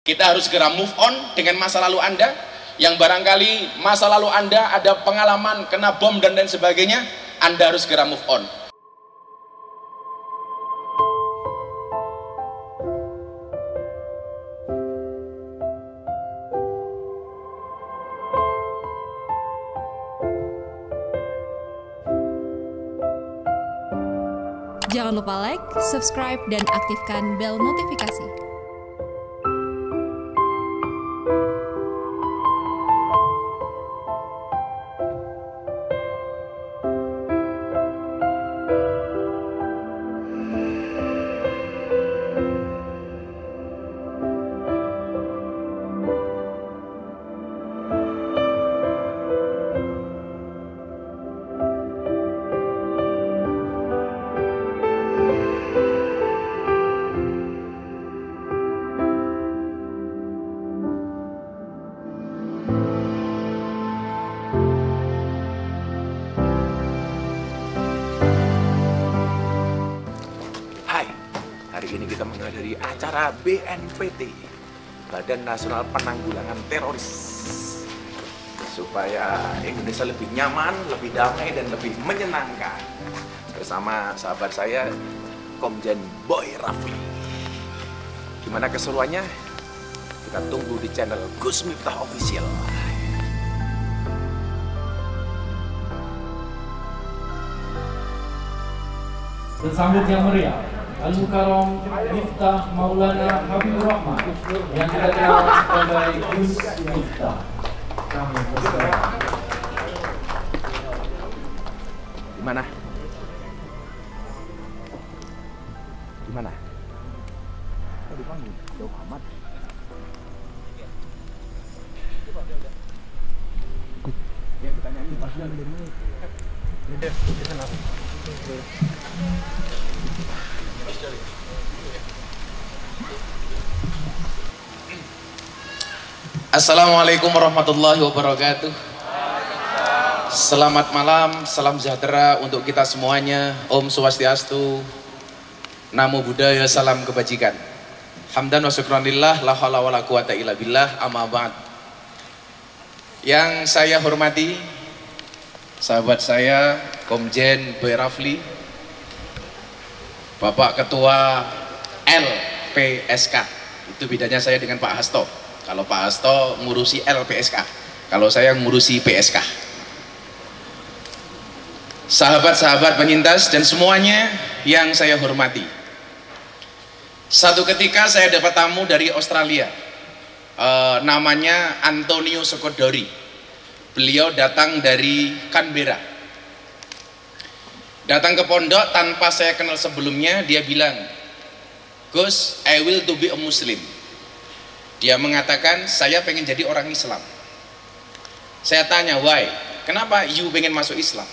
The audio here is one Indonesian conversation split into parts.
Kita harus segera move on dengan masa lalu Anda yang barangkali masa lalu Anda ada pengalaman kena bom dan lain sebagainya. Anda harus segera move on. Jangan lupa like, subscribe, dan aktifkan bel notifikasi. Hari ini kita menghadiri acara BNPT, Badan Nasional Penanggulangan Teroris, supaya Indonesia lebih nyaman, lebih damai, dan lebih menyenangkan. Bersama sahabat saya, Komjen Boy Rafli. Gimana keseruannya? Kita tunggu di channel Gus Miftah Official. Sambut yang meriah, Al-Mukarram Miftah Maulana Habibur Rahman yang kita kenal sebagai Gus Miftah. Kami persilakan. Di mana? Di mana? Oh, di panggung. Jauh amat. Ya, kita nyanyi pas dari mana? Udah, di sana. Assalamualaikum warahmatullahi wabarakatuh. Selamat malam, salam sejahtera untuk kita semuanya. Om Swastiastu, Namo Buddhaya, salam kebajikan. Hamdan wa syukranillah, la haula wala quwata illa billah, amma ba'd. Yang saya hormati, sahabat saya Komjen Boy Rafli, Bapak Ketua LPSK. Itu bedanya saya dengan Pak Hasto. Kalau Pak Hasto ngurusi LPSK, kalau saya ngurusi PSK. Sahabat-sahabat penyintas dan semuanya yang saya hormati. Satu ketika saya dapat tamu dari Australia, namanya Antonio Sokodori. Beliau datang dari Canberra. Datang ke pondok tanpa saya kenal sebelumnya. Dia bilang, "Gus, I will to be a Muslim." Dia mengatakan, saya pengen jadi orang Islam. Saya tanya, why? Kenapa you pengen masuk Islam?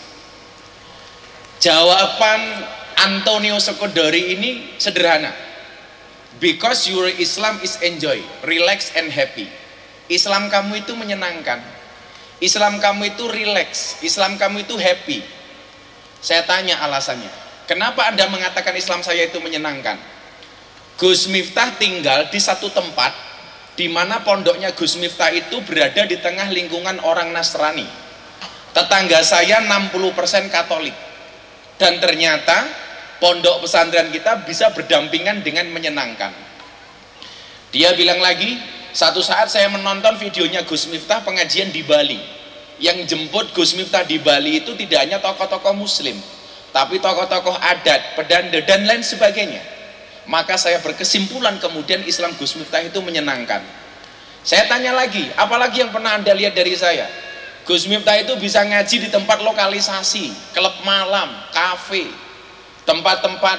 Jawaban Antonio Sokodori ini sederhana. Because your Islam is enjoy, relax and happy. Islam kamu itu menyenangkan. Islam kamu itu relax. Islam kamu itu happy. Saya tanya alasannya. Kenapa Anda mengatakan Islam saya itu menyenangkan? Gus Miftah tinggal di satu tempat di mana pondoknya Gus Miftah itu berada di tengah lingkungan orang Nasrani. Tetangga saya 60% Katolik. Dan ternyata pondok pesantren kita bisa berdampingan dengan menyenangkan. Dia bilang lagi, satu saat saya menonton videonya Gus Miftah pengajian di Bali. Yang jemput Gus Miftah di Bali itu tidak hanya tokoh-tokoh muslim, tapi tokoh-tokoh adat, pedanda, dan lain sebagainya. Maka saya berkesimpulan kemudian Islam Gus Miftah itu menyenangkan. Saya tanya lagi, apalagi yang pernah Anda lihat dari saya? Gus Miftah itu bisa ngaji di tempat lokalisasi, klub malam, kafe, tempat-tempat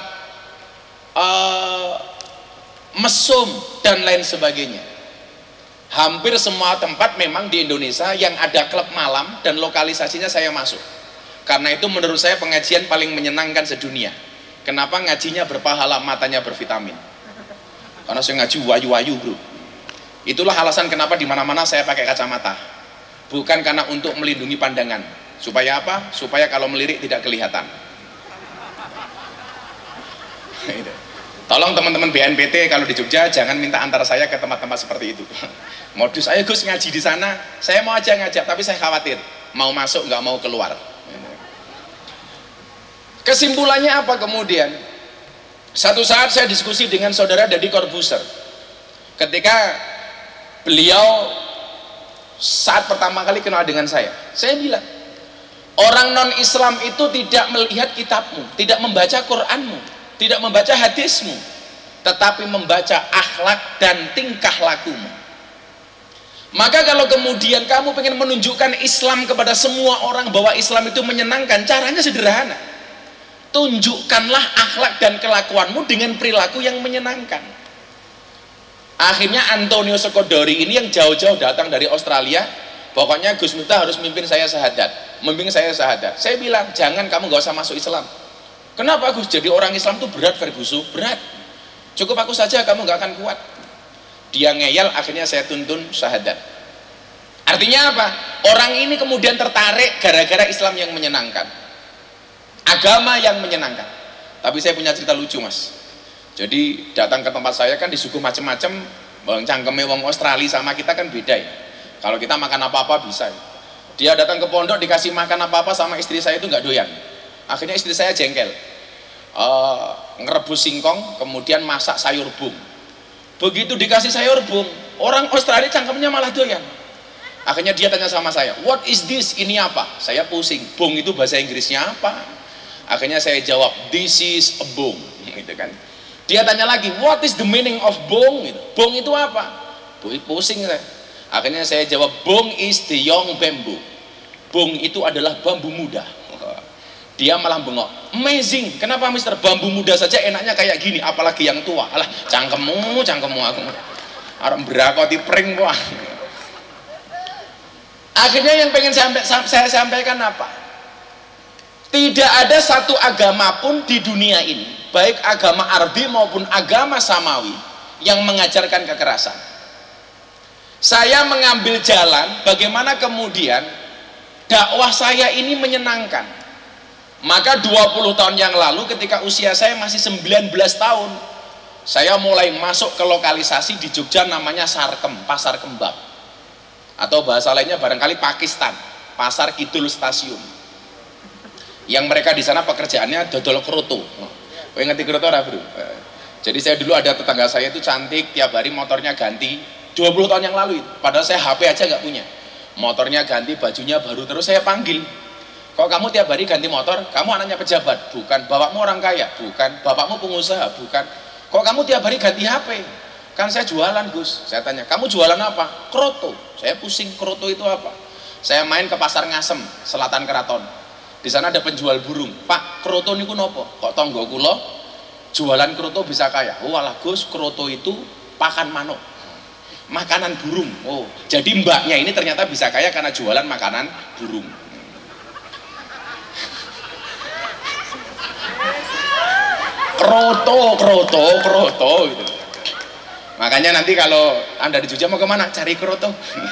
mesum, dan lain sebagainya. Hampir semua tempat memang di Indonesia yang ada klub malam dan lokalisasinya saya masuk. Karena itu menurut saya pengajian paling menyenangkan sedunia. Kenapa? Ngajinya berpahala, matanya bervitamin. Karena saya ngaji wayu-wayu, bro. Itulah alasan kenapa di mana-mana saya pakai kacamata. Bukan karena untuk melindungi pandangan. Supaya apa? Supaya kalau melirik tidak kelihatan. Tolong teman-teman BNPT kalau di Jogja jangan minta antar saya ke tempat-tempat seperti itu. Modus, ayo Gus ngaji di sana, saya mau aja ngajak, tapi saya khawatir mau masuk nggak mau keluar. Kesimpulannya apa kemudian? Satu saat saya diskusi dengan saudara Deddy Corbuzier ketika beliau saat pertama kali kenal dengan saya bilang, orang non-Islam itu tidak melihat kitabmu, tidak membaca Qur'anmu, tidak membaca hadismu, tetapi membaca akhlak dan tingkah lakumu. Maka kalau kemudian kamu pengen menunjukkan Islam kepada semua orang bahwa Islam itu menyenangkan, caranya sederhana. Tunjukkanlah akhlak dan kelakuanmu dengan perilaku yang menyenangkan. Akhirnya Antonio Socodori ini yang jauh-jauh datang dari Australia, pokoknya Gus Miftah harus mimpin saya syahadat, membimbing saya syahadat. Saya bilang, jangan, kamu gak usah masuk Islam. Kenapa Gus? Jadi orang Islam itu berat, Ferguson, berat. Cukup aku saja, kamu gak akan kuat. Dia ngeyel, akhirnya saya tuntun syahadat. Artinya apa? Orang ini kemudian tertarik gara-gara Islam yang menyenangkan, agama yang menyenangkan. Tapi saya punya cerita lucu, Mas. Jadi datang ke tempat saya kan disuguh macam-macam, cangkeme wong Australia sama kita kan beda ya. Kalau kita makan apa-apa bisa ya. Dia datang ke pondok dikasih makan apa-apa sama istri saya itu nggak doyan. Akhirnya istri saya jengkel, ngerebus singkong kemudian masak sayur bung. Begitu dikasih sayur bung, orang Australia cangkemnya malah doyan. Akhirnya dia tanya sama saya, what is this? Ini apa? Saya pusing, bung itu bahasa Inggrisnya apa? Akhirnya saya jawab, this is a bung, gitu kan. Dia tanya lagi, what is the meaning of bung? Bung itu apa? Pusing saya. Akhirnya saya jawab, bung is the young bamboo. Bung itu adalah bambu muda. Dia malah bengok, amazing, kenapa Mister, bambu muda saja enaknya kayak gini, apalagi yang tua. Alah, cangkemmu aku arep berakoti pring wah. Akhirnya yang pengen saya sampaikan apa? Tidak ada satu agama pun di dunia ini, baik agama Arabi maupun agama Samawi, yang mengajarkan kekerasan. Saya mengambil jalan bagaimana kemudian dakwah saya ini menyenangkan. Maka 20 tahun yang lalu ketika usia saya masih 19 tahun, saya mulai masuk ke lokalisasi di Jogja namanya Sarkem, Pasar Kembang. Atau bahasa lainnya barangkali Pakistan, Pasar Kidul Stasiun. Yang mereka di sana pekerjaannya dodol kroto. Kowe ngerti kroto ora, Bro? Jadi saya dulu ada tetangga saya itu cantik, tiap hari motornya ganti. 20 tahun yang lalu itu, padahal saya HP aja nggak punya. Motornya ganti, bajunya baru, terus saya panggil. Kok kamu tiap hari ganti motor? Kamu anaknya pejabat? Bukan. Bapakmu orang kaya? Bukan. Bapakmu pengusaha? Bukan. Kok kamu tiap hari ganti HP? Kan saya jualan, Gus. Saya tanya, kamu jualan apa? Kroto. Saya pusing, kroto itu apa? Saya main ke Pasar Ngasem, Selatan Keraton. Di sana ada penjual burung. Pak, kroto niku nopo? Kok tonggo kula jualan kroto bisa kaya? Oh alah Gus, kroto itu pakan manuk, makanan burung. Oh, jadi mbaknya ini ternyata bisa kaya karena jualan makanan burung. Kroto gitu. Makanya nanti kalau Anda di Jogja mau kemana? Cari kroto.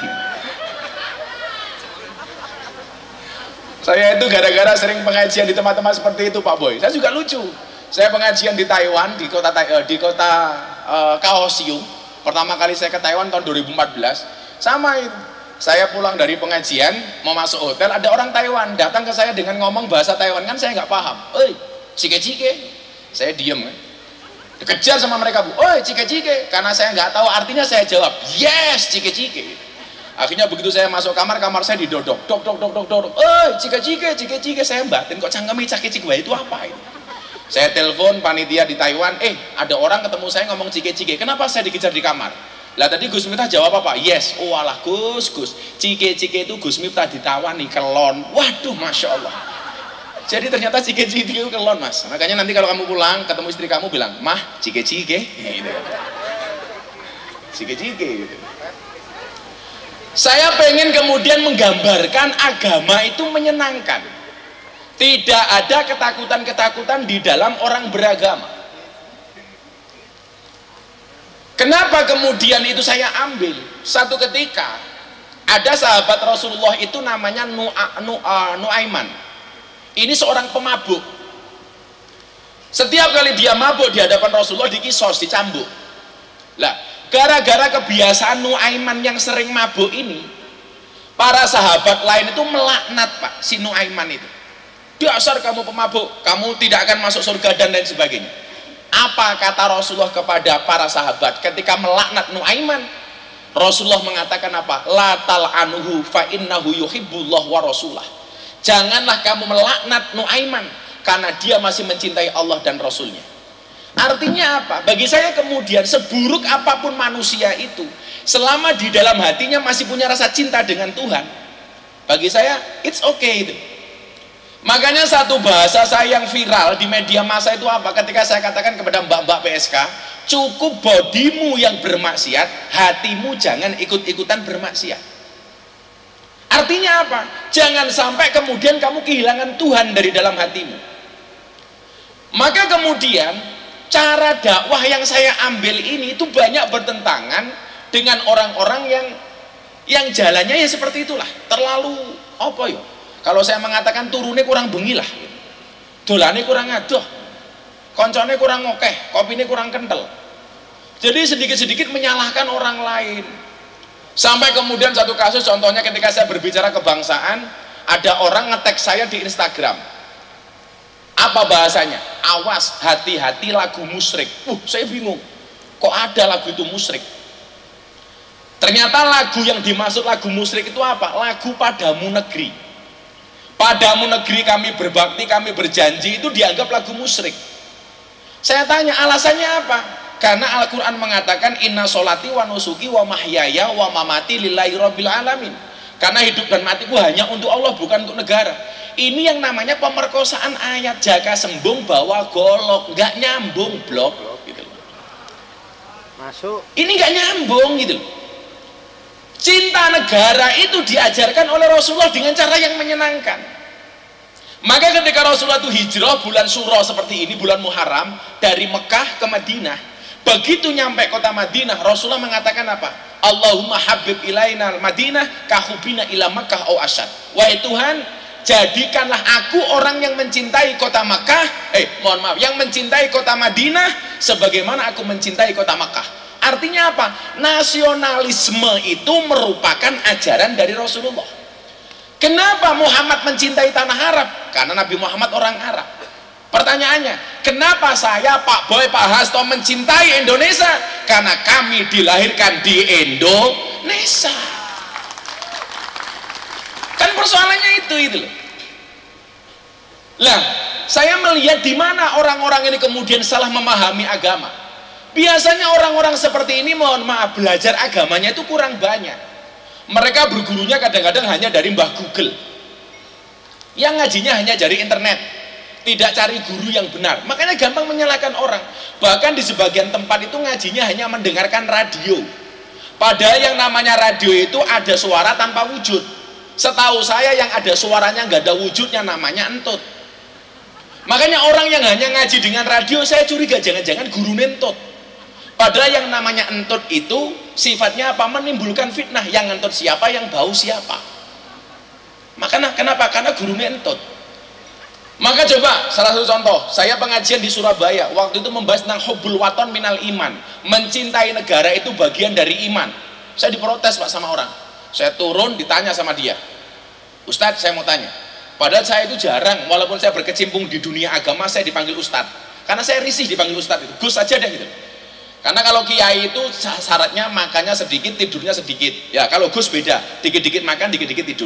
Saya itu gara-gara sering pengajian di tempat-tempat seperti itu, Pak Boy. Saya juga lucu. Saya pengajian di Taiwan, di kota Kaohsiung. Pertama kali saya ke Taiwan tahun 2014. Sama itu. Saya pulang dari pengajian, mau masuk hotel, ada orang Taiwan datang ke saya dengan ngomong bahasa Taiwan, kan saya nggak paham. Oi, cike-cike. Saya diem kan, dikejar sama mereka, Bu. Oi, cike-cike. Karena saya nggak tahu artinya, saya jawab yes, cike-cike. Akhirnya begitu saya masuk kamar saya didodok, dok. Oi, cike-cike. Saya batin, kok cangkemi cike-cike, wah itu apa itu? Saya telepon panitia di Taiwan, ada orang ketemu saya ngomong cike-cike. Kenapa saya dikejar di kamar? Lah tadi Gus Miftah jawab apa? Yes. Oh alah Gus, cike-cike itu Gus Miftah ditawani kelon. Waduh, Masya Allah. Jadi ternyata cike-cike itu kelon, Mas. Makanya nanti kalau kamu pulang ketemu istri kamu bilang, mah cike-cike gitu. Cike-cike gitu. Saya pengen kemudian menggambarkan agama itu menyenangkan. Tidak ada ketakutan-ketakutan di dalam orang beragama. Kenapa kemudian itu saya ambil? Satu ketika ada sahabat Rasulullah itu namanya Nuaiman. Ini seorang pemabuk. Setiap kali dia mabuk di hadapan Rasulullah dikisos, dicambuk. Lah, gara-gara kebiasaan Nuaiman yang sering mabuk ini, para sahabat lain itu melaknat Pak si Nuaiman itu. Dasar kamu pemabuk, kamu tidak akan masuk surga dan lain sebagainya. Apa kata Rasulullah kepada para sahabat ketika melaknat Nuaiman? Rasulullah mengatakan apa? La tal'anuhu fa innahu yuhibbullah wa rasulah. Janganlah kamu melaknat Nuaiman karena dia masih mencintai Allah dan Rasulnya. Artinya apa? Bagi saya kemudian seburuk apapun manusia itu, selama di dalam hatinya masih punya rasa cinta dengan Tuhan, bagi saya it's okay itu. Makanya satu bahasa saya yang viral di media massa itu apa? Ketika saya katakan kepada mbak-mbak PSK, cukup bodimu yang bermaksiat, hatimu jangan ikut-ikutan bermaksiat. Artinya apa? Jangan sampai kemudian kamu kehilangan Tuhan dari dalam hatimu. Maka kemudian cara dakwah yang saya ambil ini itu banyak bertentangan dengan orang-orang yang jalannya ya seperti itulah, terlalu apa ya? Kalau saya mengatakan turunnya kurang bengi lah, dolane kurang adoh, koncone kurang okeh, kopine kurang kental. Jadi sedikit-sedikit menyalahkan orang lain. Sampai kemudian satu kasus, contohnya ketika saya berbicara kebangsaan, ada orang nge-tag saya di Instagram. Apa bahasanya? Awas, hati-hati lagu musyrik. Saya bingung. Kok ada lagu itu musyrik? Ternyata lagu yang dimaksud lagu musyrik itu apa? Lagu Padamu Negeri. Padamu Negeri kami berbakti, kami berjanji, itu dianggap lagu musyrik. Saya tanya alasannya apa? Karena Al-Quran mengatakan inna sholati wa nusuki wa mahyaya wa mamati lillahi rabbil alamin. Karena hidup dan matiku hanya untuk Allah, bukan untuk negara. Ini yang namanya pemerkosaan ayat. Jaka sembung bawa golok, nggak nyambung blok gitu loh. Masuk. Ini nggak nyambung gitu loh. Cinta negara itu diajarkan oleh Rasulullah dengan cara yang menyenangkan. Maka ketika Rasulullah itu hijrah bulan Syuro seperti ini, bulan Muharram, dari Mekah ke Madinah, begitu nyampe kota Madinah, Rasulullah mengatakan apa? Allahumma habib ilaina al-Madinah kahubina ila Makkah au asyad. Wahai Tuhan, jadikanlah aku orang yang mencintai kota Makkah, yang mencintai kota Madinah sebagaimana aku mencintai kota Makkah. Artinya apa? Nasionalisme itu merupakan ajaran dari Rasulullah. Kenapa Muhammad mencintai tanah Arab? Karena Nabi Muhammad orang Arab. Pertanyaannya, kenapa saya, Pak Boy, Pak Hasto mencintai Indonesia? Karena kami dilahirkan di Indonesia. Kan persoalannya itu loh. Lah, saya melihat di mana orang-orang ini kemudian salah memahami agama. Biasanya orang-orang seperti ini, mohon maaf, belajar agamanya itu kurang banyak. Mereka bergurunya kadang-kadang hanya dari Mbah Google, yang ngajinya hanya dari internet, tidak cari guru yang benar. Makanya gampang menyalahkan orang. Bahkan di sebagian tempat itu ngajinya hanya mendengarkan radio, padahal yang namanya radio itu ada suara tanpa wujud. Setahu saya yang ada suaranya nggak ada wujudnya namanya entut. Makanya orang yang hanya ngaji dengan radio, saya curiga jangan-jangan guru entut. Padahal yang namanya entut itu sifatnya apa? Menimbulkan fitnah. Yang entut siapa, yang bau siapa. Makanya kenapa? Karena gurunya entut. Maka coba salah satu contoh, saya pengajian di Surabaya waktu itu membahas tentang hubbul waton minal iman. Mencintai negara itu bagian dari iman. Saya diprotes Pak sama orang. Saya turun ditanya sama dia, Ustadz saya mau tanya, padahal saya itu jarang, walaupun saya berkecimpung di dunia agama, saya dipanggil Ustadz. Karena saya risih dipanggil Ustadz itu, Gus aja deh gitu. Karena kalau kiai itu syaratnya makannya sedikit, tidurnya sedikit. Ya kalau Gus beda, dikit-dikit makan, dikit-dikit tidur.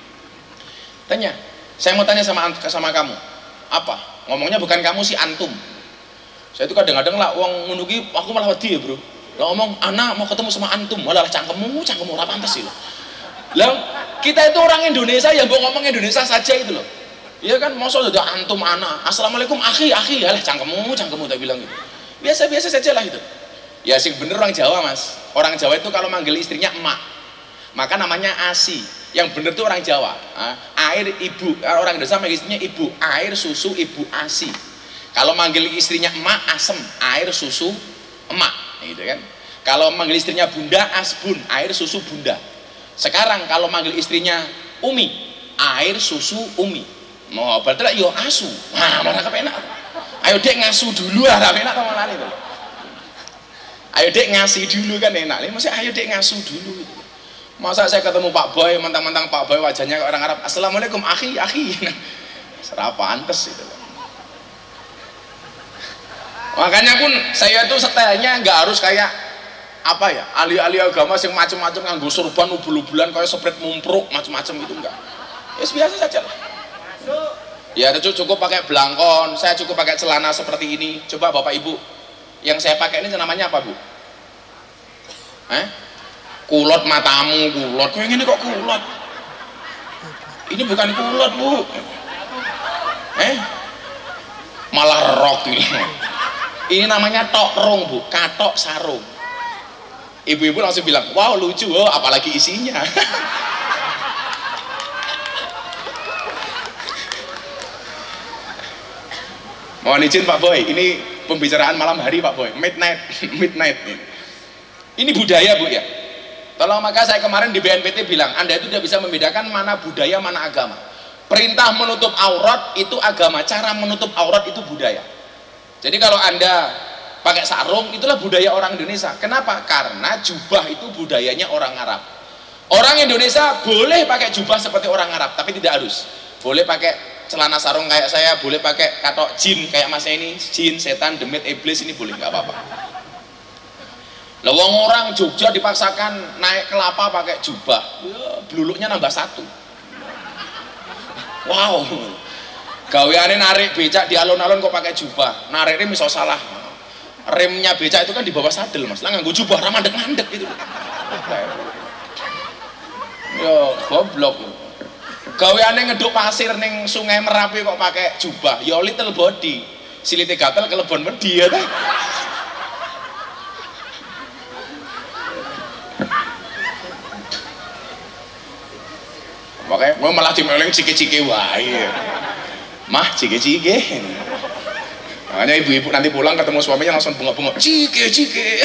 Tanya, saya mau tanya sama kamu, apa? Ngomongnya bukan kamu sih, antum. Saya itu kadang-kadang lah, uang menugi, aku malah wedi ya bro. Lah ngomong, anak mau ketemu sama antum, malah cangkemmu ora pantas sih loh. Lah kita itu orang Indonesia yang mau ngomong Indonesia saja itu loh. Iya kan, masa sudah antum anak, assalamualaikum akhi, alah cangkemmu tak bilang gitu. Biasa-biasa saja lah itu. Ya sih bener orang Jawa mas. Orang Jawa itu kalau manggil istrinya emak, maka namanya asi. Yang bener itu orang Jawa. Air ibu, orang Indonesia manggil istrinya ibu, air susu ibu asi. Kalau manggil istrinya emak, asem, air susu emak, gitu kan. Kalau manggil istrinya bunda, asbun, air susu bunda. Sekarang kalau manggil istrinya umi, air susu umi. Mau berarti lah yo asu. Nah, malah kepenak. Ayo dek ngasuh dulu, enak to malah itu. Ayo dek ngasih dulu kan enak. Maksudnya ayo dek ngasuh dulu. Masa saya ketemu Pak Boy, mentang-mentang Pak Boy wajahnya kayak orang Arab, assalamualaikum akhi. Serap pantes itu. Makanya pun saya itu setelahnya nggak harus kayak apa ya, ahli-ahli agama yang macam-macam nganggo surban ubul-ubulan kayak sepret mumpruk macam-macam itu enggak. Ya biasa saja lah. Ya cukup pakai belangkon, saya cukup pakai celana seperti ini. Coba Bapak Ibu, yang saya pakai ini namanya apa Bu? Kulot matamu, kulot. Kok yang ini kok kulot? Ini bukan kulot Bu. Malah rok ini. Ini namanya tokrong Bu, katok sarung. Ibu-ibu langsung bilang, wow lucu, oh, apalagi isinya. Mohon izin Pak Boy, ini pembicaraan malam hari Pak Boy, midnight. Ini budaya Bu ya. Tolong, maka saya kemarin di BNPT bilang, Anda itu tidak bisa membedakan mana budaya, mana agama. Perintah menutup aurat itu agama, cara menutup aurat itu budaya. Jadi kalau Anda pakai sarung, itulah budaya orang Indonesia. Kenapa? Karena jubah itu budayanya orang Arab. Orang Indonesia boleh pakai jubah seperti orang Arab, tapi tidak harus. Boleh pakai celana sarung kayak saya, boleh pakai katok jin kayak Mas ini, jin, setan, demit, iblis, ini boleh, nggak apa-apa. Lawang orang Jogja dipaksakan naik kelapa pakai jubah, beluluknya nambah 1. Wow. Gaweane narik becak di alun-alun kok pakai jubah, nariknya misal salah. Remnya becak itu kan di bawah sadel Mas, lah nganggo jubah ra mandek-mandek gitu. Yo goblok. Gaweane ngeduk pasir ning Sungai Merapi kok pakai jubah, yo little body. Silite gatel kelebon wedi ya ta. Makanya gue malah dimeleng cike-cike wae. Mah cike-cike. Makanya ibu-ibu nanti pulang ketemu suaminya langsung bengok-bengok, cike.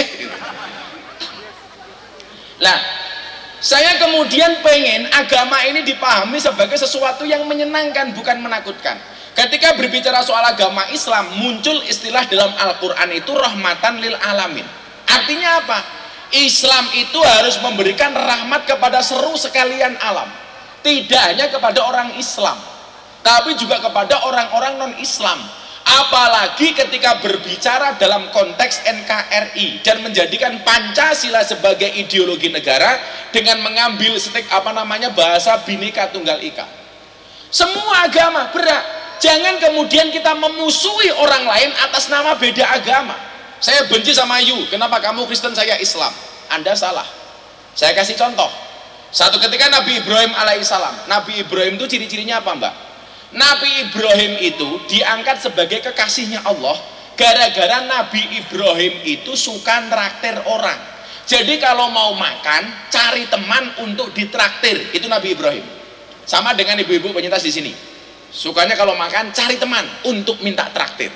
Nah, saya kemudian pengen agama ini dipahami sebagai sesuatu yang menyenangkan, bukan menakutkan. Ketika berbicara soal agama Islam, muncul istilah dalam Al-Quran itu rahmatan lil alamin. Artinya apa? Islam itu harus memberikan rahmat kepada seluruh sekalian alam. Tidak hanya kepada orang Islam, tapi juga kepada orang-orang non-Islam. Apalagi ketika berbicara dalam konteks NKRI dan menjadikan Pancasila sebagai ideologi negara dengan mengambil bahasa Bhinneka Tunggal Ika. Semua agama berat. Jangan kemudian kita memusuhi orang lain atas nama beda agama. Saya benci sama you, kenapa kamu Kristen saya Islam? Anda salah. Saya kasih contoh. Satu ketika Nabi Ibrahim alaihissalam. Nabi Ibrahim itu ciri-cirinya apa Mbak? Nabi Ibrahim itu diangkat sebagai kekasihnya Allah gara-gara Nabi Ibrahim itu suka traktir orang. Jadi kalau mau makan, cari teman untuk ditraktir. Itu Nabi Ibrahim. Sama dengan ibu-ibu penyintas di sini. Sukanya kalau makan, cari teman untuk minta traktir.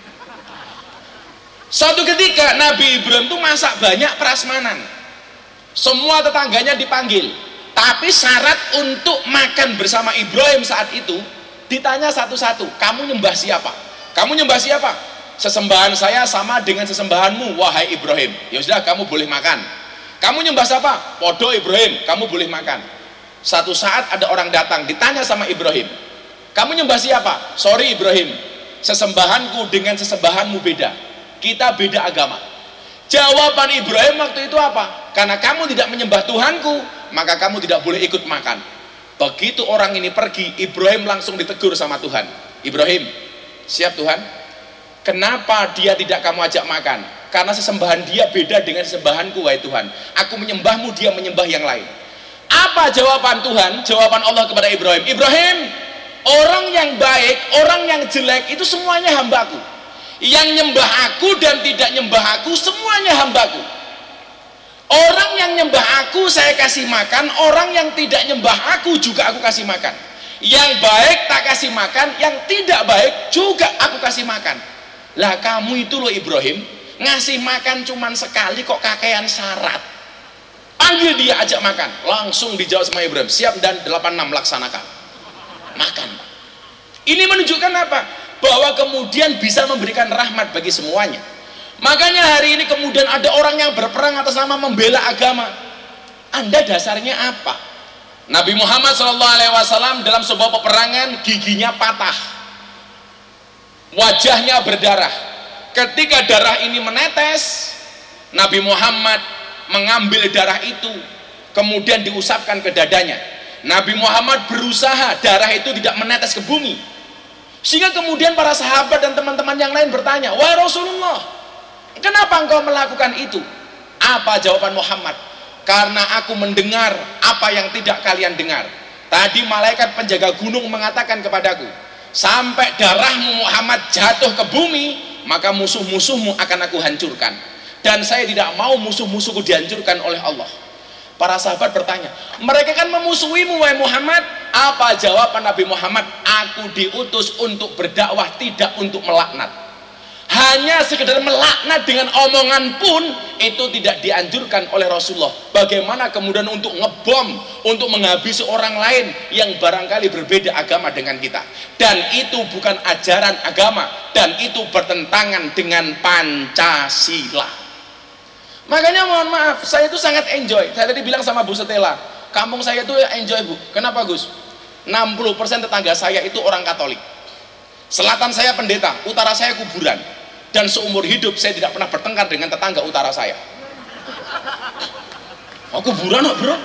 Suatu ketika Nabi Ibrahim itu masak banyak prasmanan. Semua tetangganya dipanggil, tapi syarat untuk makan bersama Ibrahim saat itu ditanya satu-satu, kamu nyembah siapa? Kamu nyembah siapa? Sesembahan saya sama dengan sesembahanmu, wahai Ibrahim. Ya sudah, kamu boleh makan. Kamu nyembah siapa? Podo Ibrahim, kamu boleh makan. Satu saat ada orang datang, ditanya sama Ibrahim, kamu nyembah siapa? Sorry Ibrahim, sesembahanku dengan sesembahanmu beda. Kita beda agama. Jawaban Ibrahim waktu itu apa? Karena kamu tidak menyembah Tuhanku, maka kamu tidak boleh ikut makan. Begitu orang ini pergi, Ibrahim langsung ditegur sama Tuhan. Ibrahim, siap Tuhan? Kenapa dia tidak kamu ajak makan? Karena sesembahan dia beda dengan sesembahanku, wahai Tuhan. Aku menyembahmu, dia menyembah yang lain. Apa jawaban Tuhan? Jawaban Allah kepada Ibrahim. Ibrahim, orang yang baik, orang yang jelek itu semuanya hambaku. Yang nyembah aku dan tidak nyembah aku semuanya hambaku. Orang yang nyembah aku saya kasih makan, orang yang tidak nyembah aku juga aku kasih makan. Yang baik tak kasih makan, yang tidak baik juga aku kasih makan. Lah kamu itu loh Ibrahim, ngasih makan cuman sekali kok kakean syarat. Panggil dia, ajak makan. Langsung dijawab sama Ibrahim, siap dan 86 laksanakan. Makan. Ini menunjukkan apa? bahwa kemudian bisa memberikan rahmat bagi semuanya. Makanya hari ini kemudian ada orang yang berperang atas nama membela agama. Anda dasarnya apa? Nabi Muhammad SAW dalam sebuah peperangan giginya patah, wajahnya berdarah. Ketika darah ini menetes, Nabi Muhammad mengambil darah itu kemudian diusapkan ke dadanya. Nabi Muhammad berusaha darah itu tidak menetes ke bumi, sehingga kemudian para sahabat dan teman-teman yang lain bertanya, wahai Rasulullah, kenapa engkau melakukan itu? Apa jawaban Muhammad? Karena aku mendengar apa yang tidak kalian dengar. Tadi malaikat penjaga gunung mengatakan kepadaku, sampai darahmu Muhammad jatuh ke bumi, maka musuh-musuhmu akan aku hancurkan. Dan saya tidak mau musuh-musuhku dihancurkan oleh Allah. Para sahabat bertanya, mereka kan memusuhimu wahai Muhammad. Apa jawaban Nabi Muhammad? Aku diutus untuk berdakwah, tidak untuk melaknat. Hanya sekedar melaknat dengan omongan pun itu tidak dianjurkan oleh Rasulullah. Bagaimana kemudian untuk ngebom, untuk menghabisi orang lain yang barangkali berbeda agama dengan kita. Dan itu bukan ajaran agama, dan itu bertentangan dengan Pancasila. Makanya mohon maaf, saya itu sangat enjoy. Saya tadi bilang sama Bu Stella, kampung saya itu enjoy Bu. Kenapa Gus? 60% tetangga saya itu orang Katolik. Selatan saya pendeta, utara saya kuburan. Dan seumur hidup saya tidak pernah bertengkar dengan tetangga utara saya. Oh, kuburan kok bro?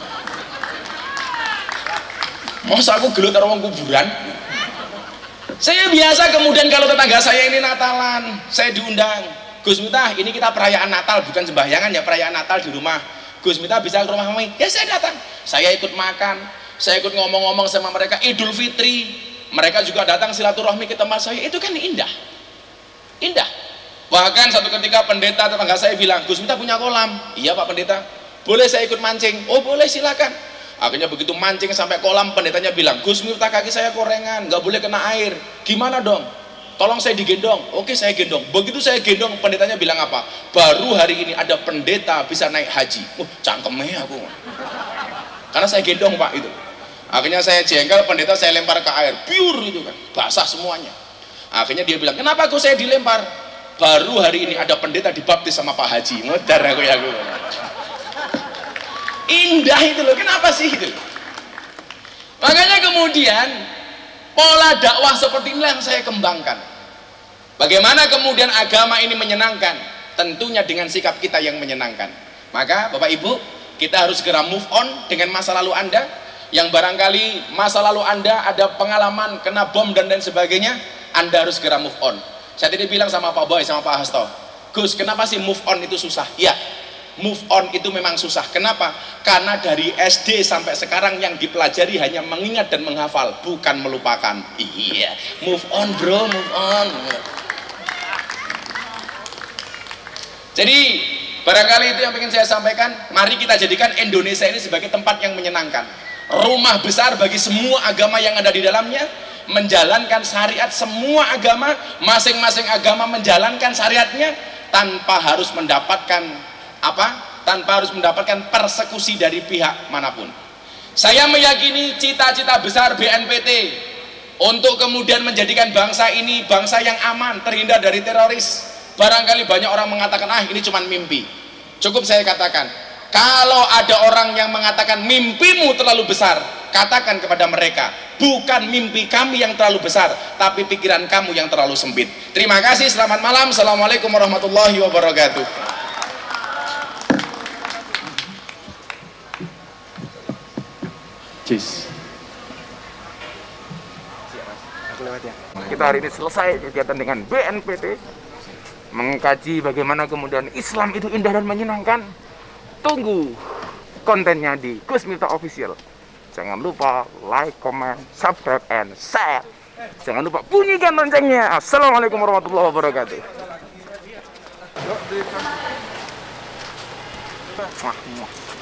Masa aku gelut karo wong kuburan? Saya biasa kemudian kalau tetangga saya ini Natalan, saya diundang. Gus Miftah, ini kita perayaan Natal, bukan sembahyangan ya, perayaan Natal di rumah. Gus Miftah bisa ke rumah kami? Ya saya datang. Saya ikut makan, saya ikut ngomong-ngomong sama mereka. Idul Fitri, mereka juga datang silaturahmi ke tempat saya. Itu kan indah. Indah. Bahkan satu ketika pendeta tetangga saya bilang, Gus Miftah punya kolam. Iya Pak Pendeta. Boleh saya ikut mancing? Oh boleh, silakan. Akhirnya begitu mancing sampai kolam, pendetanya bilang, Gus Miftah kaki saya korengan, nggak boleh kena air. Gimana dong? Tolong saya digendong. Oke saya gendong. Begitu saya gendong, pendetanya bilang apa? Baru hari ini ada pendeta bisa naik haji. Cangkemnya aku. Karena saya gendong Pak itu. Akhirnya saya jengkel, pendeta saya lempar ke air, pure itu kan, basah semuanya. Akhirnya dia bilang, kenapa aku saya dilempar? Baru hari ini ada pendeta dibaptis sama Pak Haji. Modar aku ya aku. Indah itu loh, kenapa sih itu? Makanya kemudian pola dakwah seperti inilah yang saya kembangkan. Bagaimana kemudian agama ini menyenangkan? Tentunya dengan sikap kita yang menyenangkan. Maka Bapak Ibu, kita harus segera move on dengan masa lalu Anda. Yang barangkali masa lalu Anda ada pengalaman kena bom dan lain sebagainya, Anda harus segera move on. Saya tadi bilang sama Pak Boy, sama Pak Hasto, Gus, kenapa sih move on itu susah? Ya, move on itu memang susah. Kenapa? Karena dari SD sampai sekarang yang dipelajari hanya mengingat dan menghafal, bukan melupakan. Iya, move on bro, move on. Jadi barangkali itu yang ingin saya sampaikan. Mari kita jadikan Indonesia ini sebagai tempat yang menyenangkan, rumah besar bagi semua agama yang ada di dalamnya, menjalankan syariat semua agama, masing-masing agama menjalankan syariatnya tanpa harus mendapatkan apa? Tanpa harus mendapatkan persekusi dari pihak manapun. Saya meyakini cita-cita besar BNPT untuk kemudian menjadikan bangsa ini bangsa yang aman, terhindar dari teroris. Barangkali banyak orang mengatakan, ah ini cuma mimpi. Cukup saya katakan, kalau ada orang yang mengatakan mimpimu terlalu besar, katakan kepada mereka, bukan mimpi kami yang terlalu besar, tapi pikiran kamu yang terlalu sempit. Terima kasih, selamat malam. Assalamualaikum warahmatullahi wabarakatuh. Cheers. Kita hari ini selesai kegiatan dengan BNPT, mengkaji bagaimana kemudian Islam itu indah dan menyenangkan. Tunggu kontennya di Gus Miftah Official. Jangan lupa like, comment, subscribe, and share. Jangan lupa bunyikan loncengnya. Assalamualaikum warahmatullahi wabarakatuh.